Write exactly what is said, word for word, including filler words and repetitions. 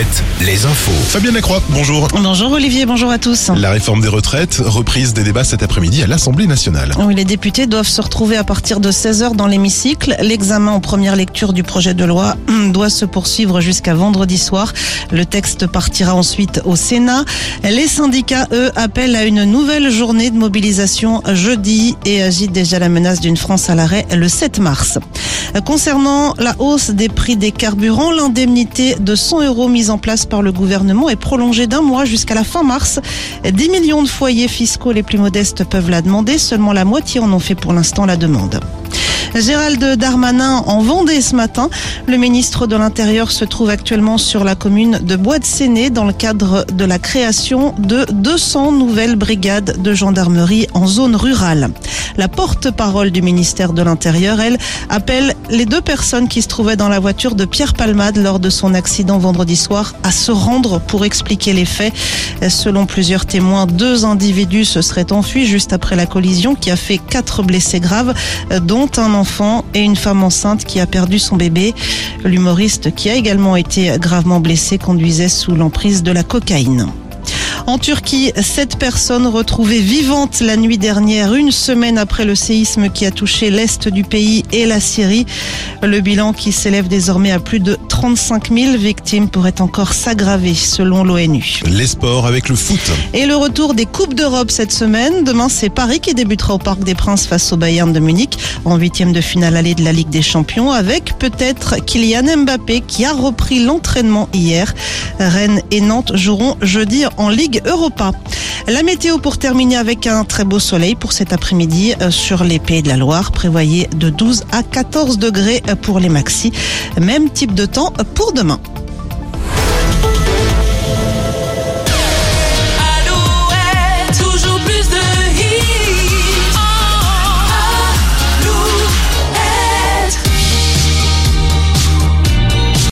retraites, les infos. Fabienne Lacroix, bonjour. Bonjour Olivier, bonjour à tous. La réforme des retraites, reprise des débats cet après-midi à l'Assemblée nationale. Oui, les députés doivent se retrouver à partir de seize heures dans l'hémicycle. L'examen en première lecture du projet de loi doit se poursuivre jusqu'à vendredi soir. Le texte partira ensuite au Sénat. Les syndicats, eux, appellent à une nouvelle journée de mobilisation jeudi et agitent déjà la menace d'une France à l'arrêt le sept mars. Concernant la hausse des prix des carburants, l'indemnité de cent euros mise en place par le gouvernement est prolongée d'un mois jusqu'à la fin mars. dix millions de foyers fiscaux les plus modestes peuvent la demander. Seulement la moitié en ont fait pour l'instant la demande. Gérald Darmanin en Vendée ce matin. Le ministre de l'Intérieur se trouve actuellement sur la commune de Bois-de-Séné dans le cadre de la création de deux cents nouvelles brigades de gendarmerie en zone rurale. La porte-parole du ministère de l'Intérieur, elle, appelle les deux personnes qui se trouvaient dans la voiture de Pierre Palmade lors de son accident vendredi soir à se rendre pour expliquer les faits. Selon plusieurs témoins, deux individus se seraient enfuis juste après la collision qui a fait quatre blessés graves, dont un enfant et une femme enceinte qui a perdu son bébé. L'humoriste, qui a également été gravement blessé, conduisait sous l'emprise de la cocaïne. En Turquie, sept personnes retrouvées vivantes la nuit dernière, une semaine après le séisme qui a touché l'est du pays et la Syrie. Le bilan, qui s'élève désormais à plus de trente-cinq mille victimes, pourrait encore s'aggraver selon l'ONU. Les sports avec le foot. Et le retour des Coupes d'Europe cette semaine. Demain, c'est Paris qui débutera au Parc des Princes face au Bayern de Munich en huitième de finale allée de la Ligue des Champions, avec peut-être Kylian Mbappé qui a repris l'entraînement hier. Rennes et Nantes joueront jeudi en Ligue Europa. La météo pour terminer avec un très beau soleil pour cet après-midi sur les Pays de la Loire. Prévoyez de douze à quatorze degrés pour les maxis. Même type de temps pour demain.